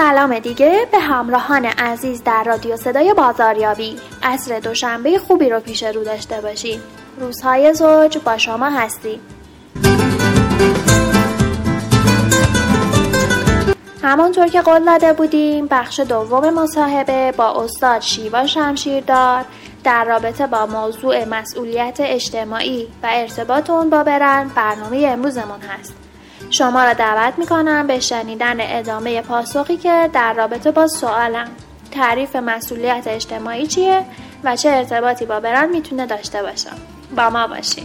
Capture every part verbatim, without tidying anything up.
سلام دیگه به همراهان عزیز در رادیو صدای بازاریابی. عصر دوشنبه خوبی رو پیش رو داشته باشید. روزهای زوج با شما هستی. همانطور که قول داده بودیم بخش دوم مصاحبه با استاد شیوا شمشیردار در رابطه با موضوع مسئولیت اجتماعی و ارتباط اون با برند برنامه امروزمون هست. شما را دعوت میکنم به شنیدن ادامه پاسخی که در رابطه با سوالم تعریف مسئولیت اجتماعی چیه و چه ارتباطی با برند میتونه داشته باشه. با ما باشید.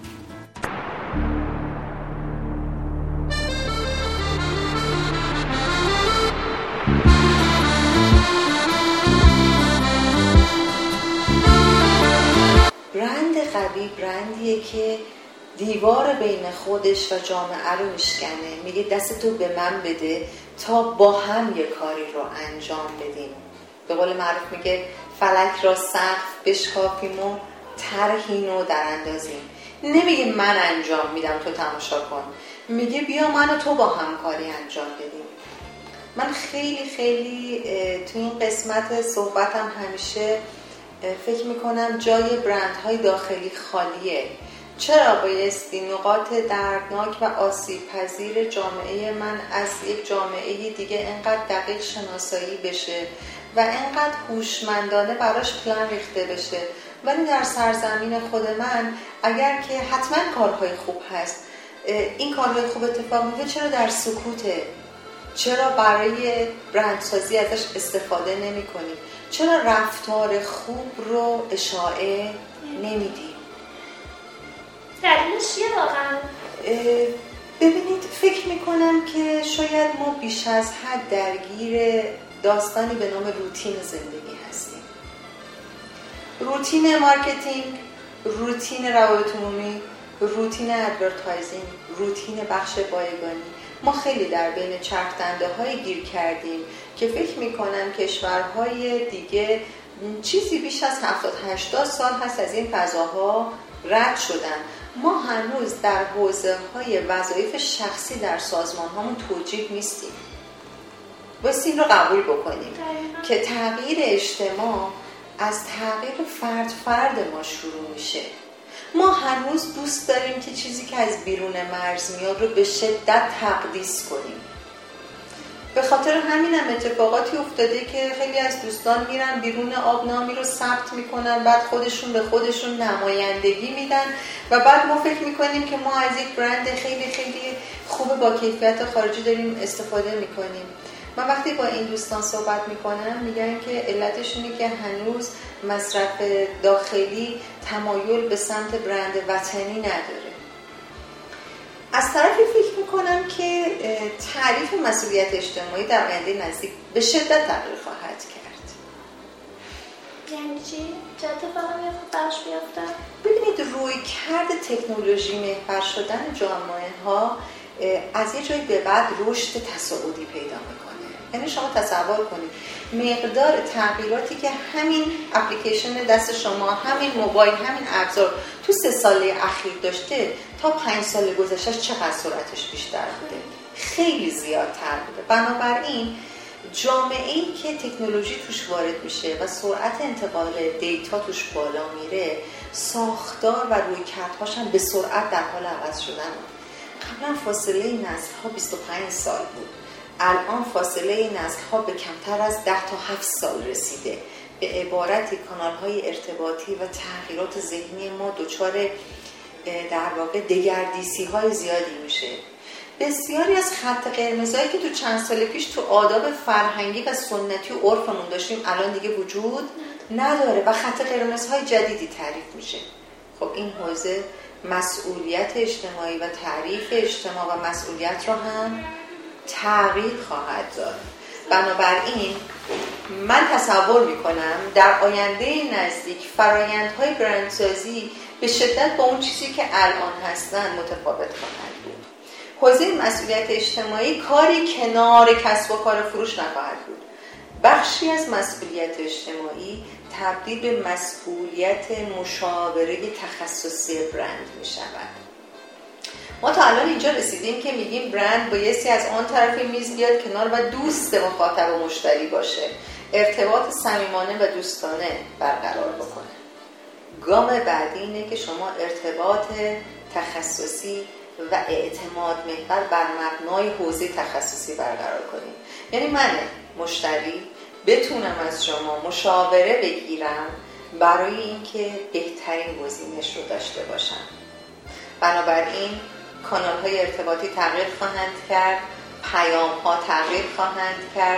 برند قوی برندیه که دیوار بین خودش و جامعه رو میشکنه، میگه دستتو به من بده تا با هم یه کاری رو انجام بدیم. به قول معروف میگه فلک را سقف بشکافیم و طرحی رو در اندازیم. نمیگه من انجام میدم تو تماشا کن، میگه بیا من و تو با هم کاری انجام بدیم. من خیلی خیلی تو این قسمت صحبتم همیشه فکر میکنم جای برندهای داخلی خالیه. چرا بایستی نقاط دردناک و آسیب پذیر جامعه من از یک جامعه دیگه انقدر دقیق شناسایی بشه و انقدر هوشمندانه براش پلن ریخته بشه، ولی در سرزمین خود من اگر که حتما کارهای خوب هست، این کارهای خوب اتفاق میفته، چرا در سکوته؟ چرا برای برندسازی ازش استفاده نمی کنیم؟ چرا رفتار خوب رو اشاعه نمیدیم؟ دلیلش چیه واقعا؟ ببینید، فکر میکنم که شاید ما بیش از حد درگیر داستانی به نام روتین زندگی هستیم. روتین مارکتینگ، روتین روابط عمومی، روتین ادورتایزینگ، روتین بخش بایگانی. ما خیلی در بین چرخ دنده های گیر کردیم که فکر میکنم کشورهای دیگه چیزی بیش از هفتاد هشتاد سال هست از این فضاها رد شدن. ما هنوز در حوزه های وظایف شخصی در سازمان هامون توجیه نیستیم. بس این رو قبول بکنیم که تغییر اجتماع از تغییر فرد فرد ما شروع میشه. ما هنوز دوست داریم که چیزی که از بیرون مرز میاد رو به شدت تقدیس کنیم. به خاطر همینم اتفاقاتی افتاده که خیلی از دوستان میرن بیرون آبنامی رو ثبت میکنن، بعد خودشون به خودشون نمایندگی میدن و بعد ما فکر میکنیم که ما از یک برند خیلی خیلی خوب با کیفیت خارجی داریم استفاده میکنیم. من وقتی با این دوستان صحبت میکنم میگن که علتش اینه که هنوز مصرف داخلی تمایل به سمت برند وطنی نداره. از طرفی فکر میکنم که تعریف مسئولیت اجتماعی در آینده نزدیک به شدت تغییر خواهد کرد. یعنی چی؟ چه اتفاقی براش بیفته؟ ببینید، رویکرد تکنولوژی محور شدن جامعه ها از یه جایی به بعد رشد تصاعدی پیدا میکنه. یعنی شما تصور کنید مقدار تغییراتی که همین اپلیکیشن دست شما، همین موبایل، همین ابزار تو سه ساله اخیر داشته تا پنج سال گذشته چقدر سرعتش بیشتر بوده؟ خیلی زیادتر بوده. بنابراین جامعه‌ای که تکنولوژی توش وارد میشه و سرعت انتقال دیتا توش بالا میره، ساختار و رویکردهاش هم به سرعت در حال عوض شدن. قبلا فاصله نسل‌ها بیست و پنج سال بود، الان فاصله نسل‌ها به کمتر از ده تا هفت سال رسیده. به عبارتی کانال‌های ارتباطی و تغییرات ذهنی ما دچار در واقع دگردیسی‌های زیادی میشه. بسیاری از خط قرمزایی که تو چند سال پیش تو آداب فرهنگی و سنتی و عرفمون داشتیم الان دیگه وجود نداره و خط قرمزهای جدیدی تعریف میشه. خب این حوزه مسئولیت اجتماعی و تعریف اجتماع و مسئولیت رو هم تغییر خواهد داد. بنابراین من تصور میکنم در آینده نزدیک فرایندهای برندسازی به شدت با اون چیزی که الان هستن متفاوت خواهد بود. حوزه مسئولیت اجتماعی کاری کنار کسب و کار فروش نخواهد بود. بخشی از مسئولیت اجتماعی تبدیل به مسئولیت مشاوره تخصصی برند می شود. ما تا الان اینجا رسیدیم که میگیم برند بایستی از آن طرف میز بیاد کنار و دوست مخاطب و مشتری باشه، ارتباط صمیمانه و دوستانه برقرار بکنه. گام بعدی اینه که شما ارتباط تخصصی و اعتماد محور بر مبنای حوزه تخصصی برقرار کنید. یعنی من مشتری بتونم از شما مشاوره بگیرم برای اینکه بهترین گزینش رو داشته باشم. بنابراین کانال های ارتباطی تغییر خواهند کرد، پیام ها تغییر خواهند کرد،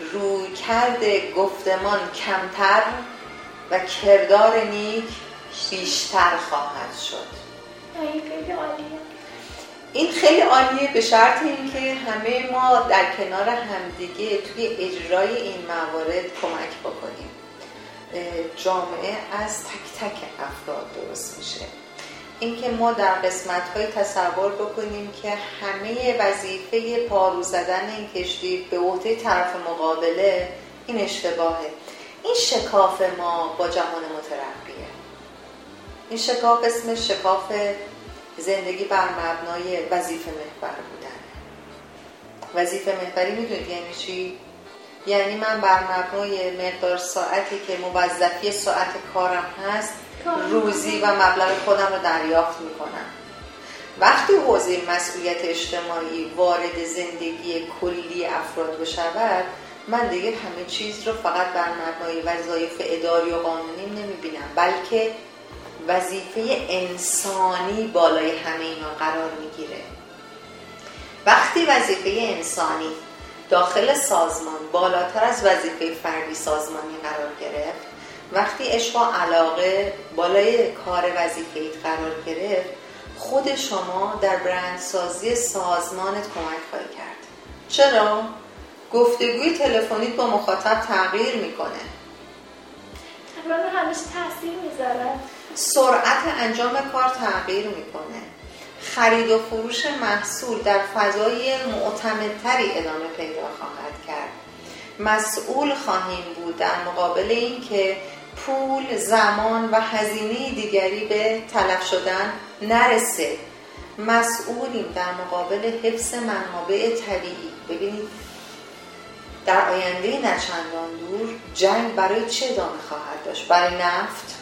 رویکرد گفتمان کمتر و کردار نیک بیشتر خواهد شد. این خیلی عالیه. این خیلی عالیه به شرط اینکه همه ما در کنار همدیگه توی اجرای این موارد کمک بکنیم. جامعه از تک تک افراد درست میشه. اینکه ما در قسمت‌های تصور بکنیم که همه وظیفه پارو زدن این کشتی به عهده طرف مقابله، این اشتباهه. این شکاف ما با جهان مترقیه. این شکاف اسمش شکاف زندگی بر مبنای وظیفه محور بودن. وظیفه محوری میدونید یعنی چی؟ یعنی من بر مبنای مقدار ساعتی که موظفی ساعت کارم هست روزی و مبلغ خودم رو دریافت میکنم. وقتی حوزه مسئولیت اجتماعی وارد زندگی کلی افراد بشود، من دیگه همه چیز رو فقط بر مبنای وظایف اداری و قانونی نمیبینم، بلکه وظیفه انسانی بالای همه اینا قرار میگیره. وقتی وظیفه انسانی داخل سازمان بالاتر از وظیفه فردی سازمانی قرار گرفت، وقتی عشق و علاقه بالای کار وظیفه‌ای قرار گرفت، خود شما در برندسازی سازمانت کمک خواهی کرد. چرا؟ گفتگوی تلفنیت با مخاطب تغییر میکنه. تقریبا همیشه تاثیر میذاره. سرعت انجام کار تغییر میکنه. خرید و فروش محصول در فضای معتمدتری ادامه پیدا خواهد کرد. مسئول خواهیم بود در مقابل این که پول، زمان و هزینه دیگری به تلف شدن نرسه. مسئولیم در مقابل حفظ منابع طبیعی. ببینید در آینده نچندان دور جنگ برای چه ادامه خواهد داشت؟ برای نفت؟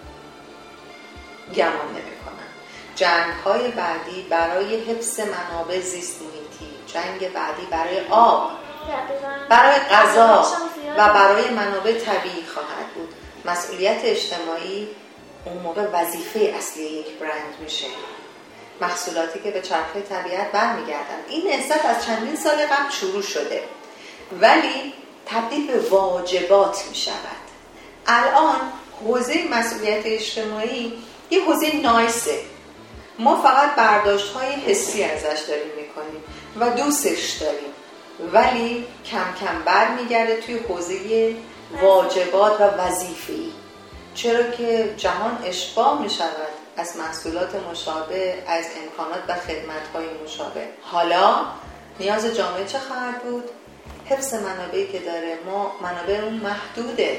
گمان نمی کنم. جنگ های بعدی برای حفظ منابع زیست محیطی، جنگ بعدی برای آب، برای غذا و برای منابع طبیعی خواهد بود. مسئولیت اجتماعی اون موقع وظیفه اصلی یک برند میشه. محصولاتی که به چرخه طبیعت برمیگردن. این نهضت از چندین سال قبل شروع شده ولی تبدیل به واجبات میشود. الان حوزه مسئولیت اجتماعی یه حوزه نایسه. ما فقط برداشت های حسی ازش داریم میکنیم و دوستش داریم، ولی کم کم برمیگرده توی حوزه واجبات و وظیفه‌ای. چرا که جهان اشباع میشود از محصولات مشابه، از امکانات و خدمت‌های مشابه. حالا نیاز جامعه چه خواهد بود؟ حفظ منابعی که داره. ما منابعمون محدوده.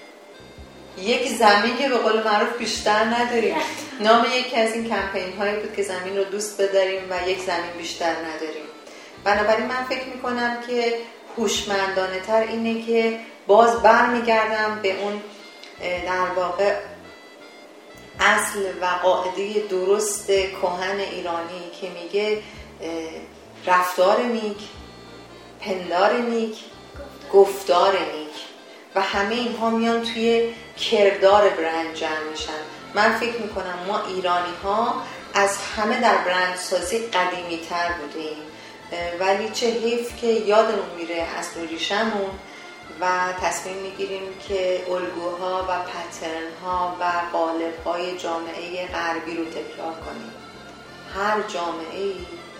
یک زمین که به قول معروف بیشتر نداریم. نام یکی از این کمپین هایی بود که زمین رو دوست بداریم و یک زمین بیشتر نداریم. بنابراین من فکر میکنم که هوشمندانه تر اینه که باز برمیگردم به اون در واقع اصل و قاعده درست کهن ایرانی که میگه رفتار نیک، پندار نیک، گفتار نیک و همه اینها میان توی کردار برند جمع میشن. من فکر میکنم ما ایرانی ها از همه در برندسازی قدیمی تر بودیم، ولی چه حیف که یادمون میره از ریشمون و تصمیم میگیریم که الگوها و پترنها و قالب‌های جامعه غربی رو تکرار کنیم. هر جامعه‌ای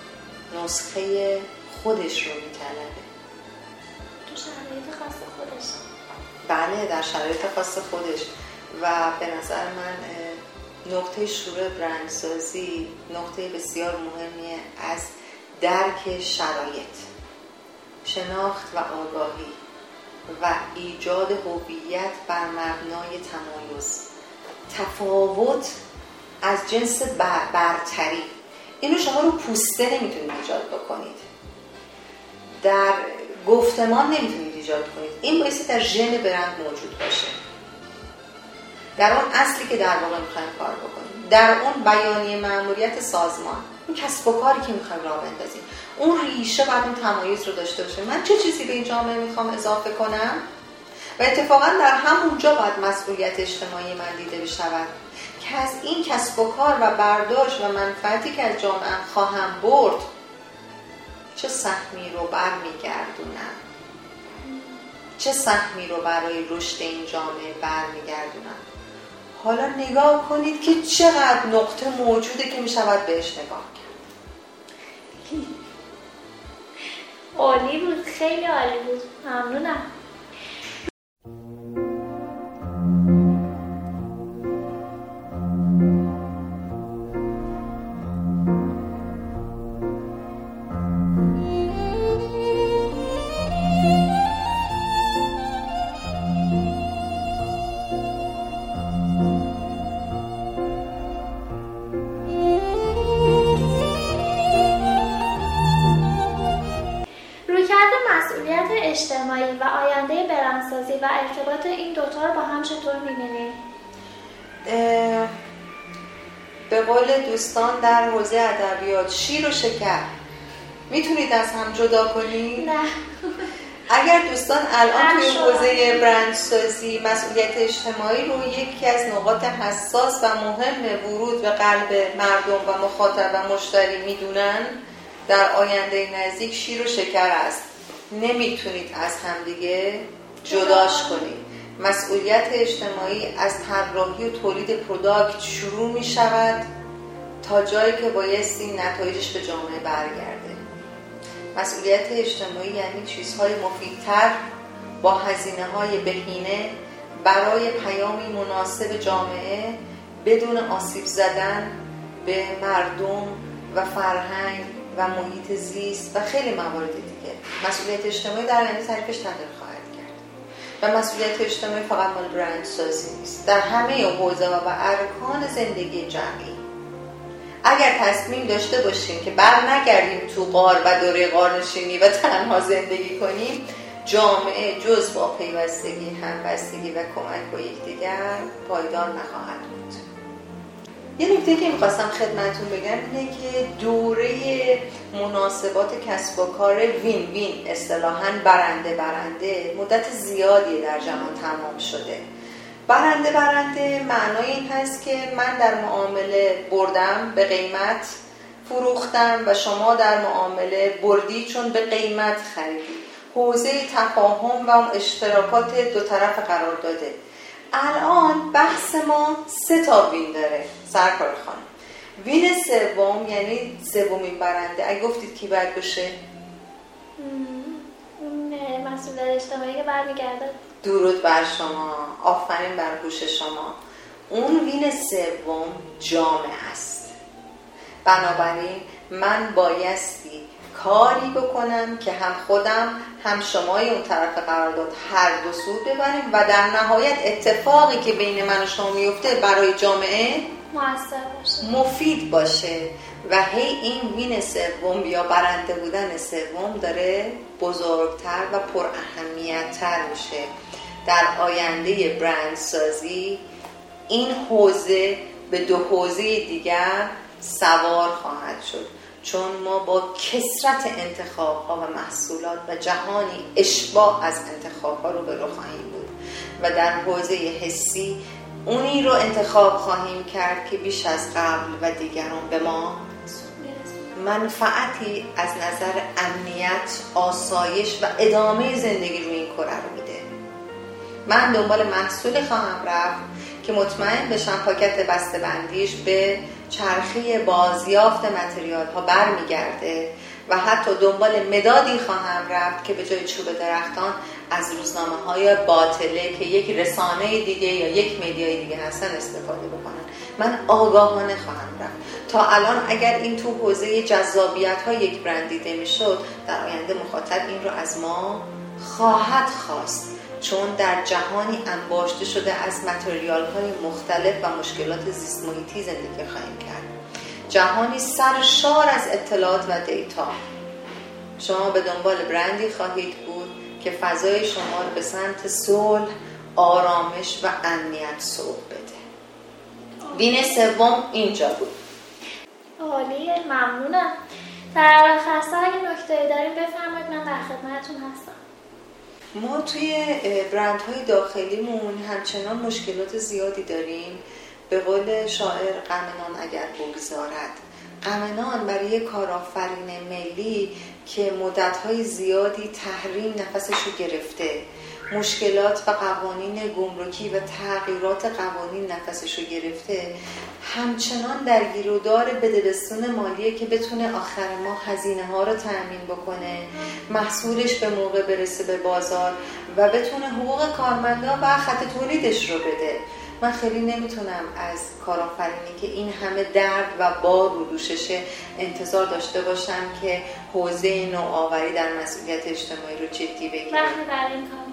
نسخه خودش رو میطلبه. تو شرایط خاص خودش. بله، در شرایط خاص خودش. و به نظر من نقطه شروع برندسازی نقطه بسیار مهمیه از درک شرایط، شناخت و آگاهی و ایجاد هویت بر مبنای تمایز. تفاوت از جنس برتری. اینو شما رو پوسته نمیتونید ایجاد بکنید، در گفتمان نمیتونید ایجاد کنید. این باعث در ژن برند موجود باشه، در اون اصلی که در واقع میخوایم کار بکنیم، در اون بیانیه مأموریت سازمان، این کسب و کاری که میخوایم راه بندازیم، اون ریشه باید اون تمایز رو داشته باشه. من چه چیزی به این جامعه میخوام اضافه کنم و اتفاقا در همونجا باید مسئولیت اجتماعی من دیده بشود که از این کسب و کار و برداشت و منفعتی که از جامعه خواهم برد چه سهمی رو برمیگردونم، چه سهمی رو برای رشد این جامعه برمیگردونم. حالا نگاه کنید که چقدر نقطه موجوده که میشود بهش نگاه کرد. عالی بود، خیلی عالی بود، ممنونم. اجتماعی و آینده برندسازی و ارتباط این دوتا رو با هم چطور می‌بینی؟ به قول دوستان در حوزه ادبیات، شیر و شکر میتونید از هم جدا کنید؟ نه. اگر دوستان الان توی حوزه برندسازی مسئولیت اجتماعی رو یکی از نقاط حساس و مهم ورود به قلب مردم و مخاطب و مشتری میدونن، در آینده نزدیک شیر و شکر است. نمیتونید از همدیگه جداش کنید. مسئولیت اجتماعی از طراحی و تولید پروداکت شروع می شود تا جایی که بایستی نتایجش به جامعه برگرده. مسئولیت اجتماعی یعنی چیزهای مفیدتر با هزینه‌های بهینه برای پیامی مناسب جامعه بدون آسیب زدن به مردم و فرهنگ و محیط زیست و خیلی موارد دیگه. مسئولیت اجتماعی در آینده تعریفش تغییر خواهد کرد و مسئولیت اجتماعی فقط مال برندسازی نیست، در همه حوزه و ارکان زندگی جمعی. اگر تصمیم داشته باشیم که بر نگردیم تو غار و دوره غارنشینی و تنها زندگی کنیم، جامعه جز با پیوستگی، همبستگی و کمک با یکدیگر پایدار نخواهد بود. یه نکته که می‌خواستم خدمتتون بگم اینه که دوره مناسبات کسب و کار وین وین، اصطلاحاً برنده برنده، مدت زیادی در جهان تمام شده. برنده برنده معنای این هست که من در معامله بردم، به قیمت فروختم و شما در معامله بردی چون به قیمت خریدی. حوزه تفاهم و اشتراکات دو طرف قرار داده. الان بحث ما سه تا وین داره سرکار خانم. وین سوم یعنی سومین برنده. اگه گفتید کی باید بشه؟ مسئولیت اجتماعی که برمیگرده. درود بر شما، آفرین بر هوش شما. اون وین سوم جامعه است. بنابراین من بایستی کاری بکنم که هم خودم هم شمای اون طرف قرارداد هر دو سود ببریم و در نهایت اتفاقی که بین من و شما میفته برای جامعه موثر باشه، مفید باشه و هی این وین سوم یا برنده بودن سوم داره بزرگتر و پر اهمیت‌تر میشه. در آینده برندسازی این حوزه به دو حوزه دیگر سوار خواهد شد، چون ما با کثرت انتخاب‌ها و محصولات و جهانی اشباع از انتخاب‌ها رو به رو خواهیم بود و در حوزه حسی اونی رو انتخاب خواهیم کرد که بیش از قبل و دیگران به ما منفعتی از نظر امنیت، آسایش و ادامه زندگی روی این کره رو میده. من دنبال محصول خواهم رفت که مطمئن بشم پاکت بسته‌بندیش به چرخی بازیافت متریال ها برمیگرده و حتی دنبال مدادی خواهم رفت که به جای چوب درختان از روزنامه های باطله که یک رسانه دیگه یا یک مدیای دیگه هستن استفاده بکنن. من آگاهانه خواهم رفت. تا الان اگر این تو حوزه جذابیت ها یک برند دیده میشد، در آینده مخاطب این رو از ما خواهد خواست، چون در جهانی انباشته شده از متریال های مختلف و مشکلات زیست محیطی زندگی خواهیم کرد. جهانی سرشار از اطلاعات و دیتا. شما به دنبال برندی خواهید بود که فضای شما رو به سمت صلح، آرامش و امنیت سوق بده. وین سوم اینجا بود. عالیه، ممنونم. در خلاصه اگه نکته‌ای داریم بفرمایید، من در خدمتتون هستم. ما توی برندهای داخلیمون همچنان مشکلات زیادی داریم. به قول شاعر غمنان اگر بگذارد، غمنان برای کارآفرین ملی که مدت‌های زیادی تحریم نفسشو گرفته، مشکلات و قوانین گمرکی و تغییرات قوانین نفسشو گرفته، همچنان درگیرودار بدبستون مالیه که بتونه آخر ماه هزینه ها رو تأمین بکنه، محصولش به موقع برسه به بازار و بتونه حقوق کارمندا و خط تولیدش رو بده. من خیلی نمیتونم از کارآفرینی که این همه درد و بار رو دوششه انتظار داشته باشم که حوزه نوآوری در مسئولیت اجتماعی رو جدی بگیره. وقتی برای این کار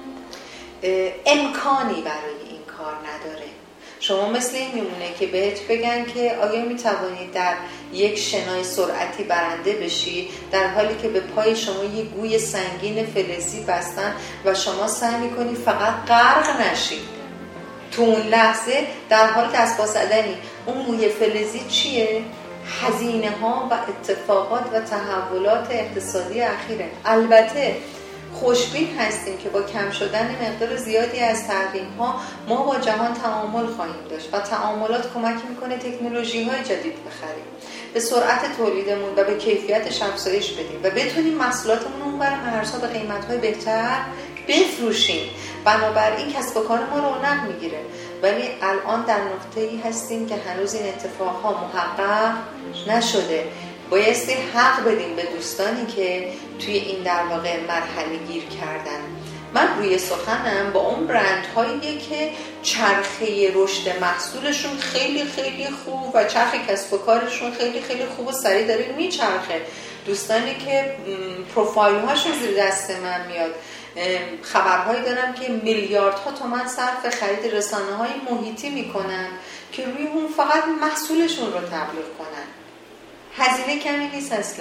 امکانی برای این کار نداره. شما مثل این میمونه که بهت بگن که آیا میتوانید در یک شنای سرعتی برنده بشی، در حالی که به پای شما یک گوی سنگین فلزی بستن و شما سعی میکنی فقط غرق نشید. تو اون لحظه در حال دست باسدنی اون گوی فلزی چیه؟ هزینه ها و اتفاقات و تحولات اقتصادی اخیره. البته خوشبین هستیم که با کم شدن مقدار زیادی از تحریم ها ما با جهان تعامل خواهیم داشت و تعاملات کمک میکنه تکنولوژی های جدید بخریم، به سرعت تولیدمون و به کیفیتش افزایش بدیم و بتونیم محصولاتمون اون بر مرسا به قیمت های بهتر بفروشیم. بنابراین کسب و کار ما رونق میگیره. ولی الان در نقطه‌ای هستیم که هنوز این اتفاقها محقق نشده. بایستی حق بدیم به دوستانی که توی این در واقع مرحله گیر کردن. من روی سخنم با اون برندهایی که چرخه رشد محصولشون خیلی خیلی خوب و چرخه کسب و کارشون خیلی خیلی خوب و سریع داره میچرخه. دوستانی که پروفایل هاشون زیر دست من میاد، خبرهایی دارم که میلیاردها تومان صرف خرید رسانه های محیطی میکنن که روی اون فقط محصولشون رو تبلیغ کنن. هزینه کمی نیست اصلا،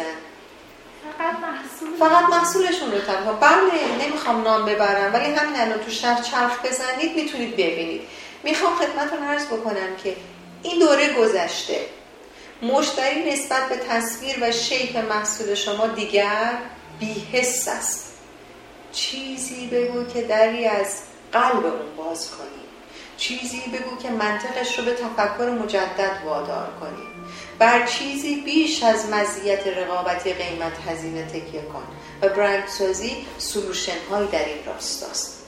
فقط محصول فقط محصولشون رو تبلیغ. بله نمیخوام نام ببرم ولی همین الان تو شهر چرخ بزنید میتونید ببینید. میخوام خدمتتون عرض بکنم که این دوره گذشته. مشتری نسبت به تصویر و شیپ محصول شما دیگر بی‌حس است. چیزی بگو که دری از قلب اون باز کنی، چیزی بگو که منطقش رو به تفکر مجدد وادار کنی، بر چیزی بیش از مزیت رقابتی قیمت هزینه تکیه کن و برندسازی سولوشن هایی در این راستاست.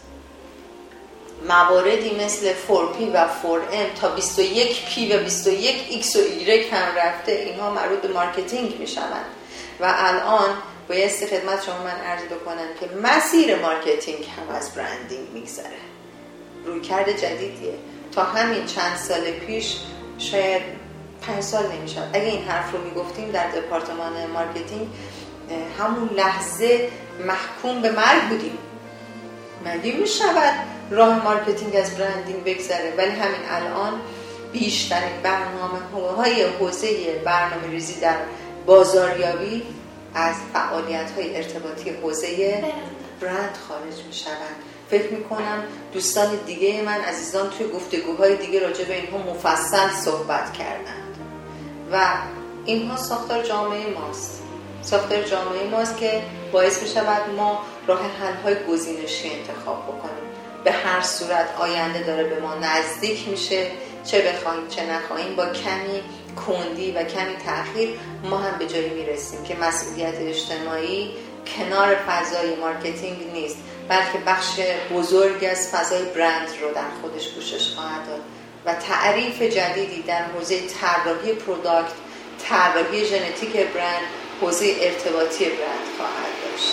مواردی مثل فور پی و فور ام تا بیست و یک پی و بیست و یک ایکس و ایگرگ هم رفته، اینها مربوط به مارکتینگ می شوند و الان بایستی خدمت شما من عرض بکنم که مسیر مارکتینگ هم از برندینگ میگذره. رویکرد جدیدیه. تا همین چند سال پیش، شاید پنج سال نمیشد، اگه این حرف رو میگفتیم در دپارتمان مارکتینگ همون لحظه محکوم به مرگ بودیم. مگه میشود راه مارکتینگ از برندینگ بگذره؟ ولی همین الان بیشترین برنامه های حوزه برنامه ریزی در بازاریابی از فعالیت‌های ارتباطی حوزه برند خارج می‌شوند. فکر می‌کنم دوستان دیگه من عزیزان توی گفتگوهای دیگه راجع به اینها مفصل صحبت کردند و اینها ساختار جامعه ماست. ساختار جامعه ماست که باعث می‌شود ما راه حل‌های گزینشی انتخاب بکنیم. به هر صورت آینده داره به ما نزدیک میشه، چه بخوایم چه نخواهیم. با کمی کندی و کمی تأخیر ما هم به جایی میرسیم که مسئولیت اجتماعی کنار فضای مارکتینگ نیست، بلکه بخش بزرگی از فضای برند رو در خودش پوشش خواهد داد و تعریف جدیدی در حوزه طراحی پروداکت، طراحی ژنتیک برند، حوزه ارتباطی برند خواهد داشت.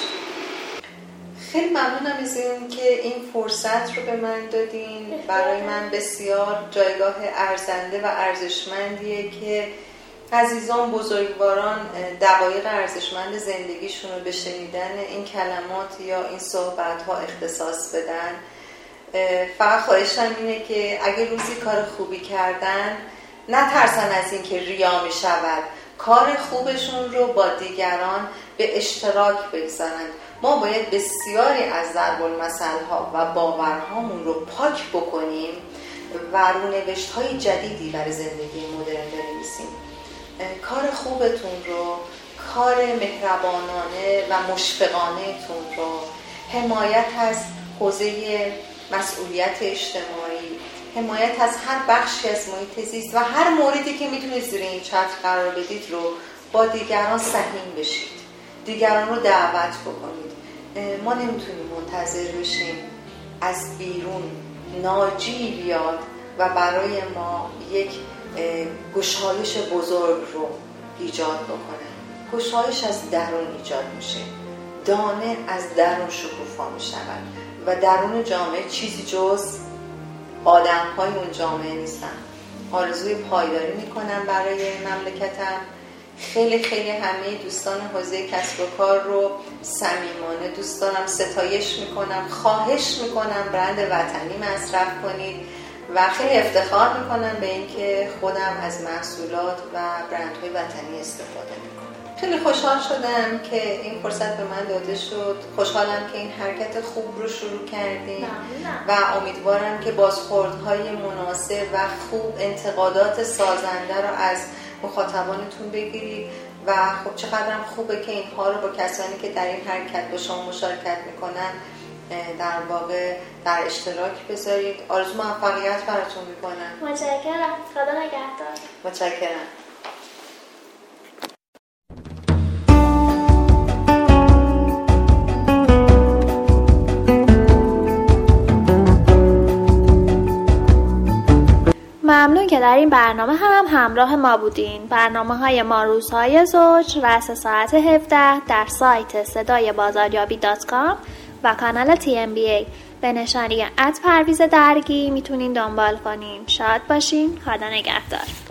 خیلی ممنونم از این که این فرصت رو به من دادین. برای من بسیار جایگاه ارزنده و ارزشمندیه که عزیزان بزرگواران دقایق ارزشمند زندگیشون رو به شنیدن این کلمات یا این صحبت ها اختصاص بدن. فقط خواهشم اینه که اگه روزی کار خوبی کردن نترسن از این که ریا می شود. کار خوبشون رو با دیگران به اشتراک بگذارند. ما باید بسیاری از ضرب‌المثل‌ها و باورهامون رو پاک بکنیم و رونوشت‌های جدیدی برای زندگی مدرن بنویسیم. کار خوبتون رو، کار مهربانانه و مشفقانه‌تون رو، حمایت از حوزه مسئولیت اجتماعی، حمایت از هر بخشی از محیط زیست و هر موردی که میتونید زیر این چتر قرار بدید رو با دیگران سهیم بشید، دیگران رو دعوت بکنید. ما نمیتونیم منتظر بشیم از بیرون ناجی بیاد و برای ما یک گشایش بزرگ رو ایجاد بکنه. گشایش از درون ایجاد میشه. دانه از درون شکوفا میشود و درون جامعه چیزی جز آدم های اون جامعه نیستن. آرزوی پایداری میکنم برای مملکتم. خیلی خیلی همه دوستان حوزه کسب و کار رو صمیمانه دوست دارم، ستایش میکنم، خواهش میکنم برند وطنی مصرف کنید و خیلی افتخار میکنم به اینکه خودم از محصولات و برندهای وطنی استفاده میکنم. خیلی خوشحال شدم که این فرصت به من داده شد. خوشحالم که این حرکت خوب رو شروع کردیم و امیدوارم که بازخوردهای مناسب و خوب، انتقادات سازنده رو از مخاطبانتون بگیرید و خب چقدرم خوبه که اینها رو با کسانی که در این حرکت با شما مشارکت میکنن در واقع در اشتراک بذارید. آرزو موفقیت براتون میکنم. متشکرم. خدا نگهدار. متشکرم. ممنون که در این برنامه هم همراه ما بودین. برنامه های ما روزهای زوج رأس ساعت هفده در سایت صدای بازاریابی دات کام و کانال تی ام بی ای به نشانی ات پرویز درگی میتونین دنبال کنین. شاد باشین. خدا نگهدار.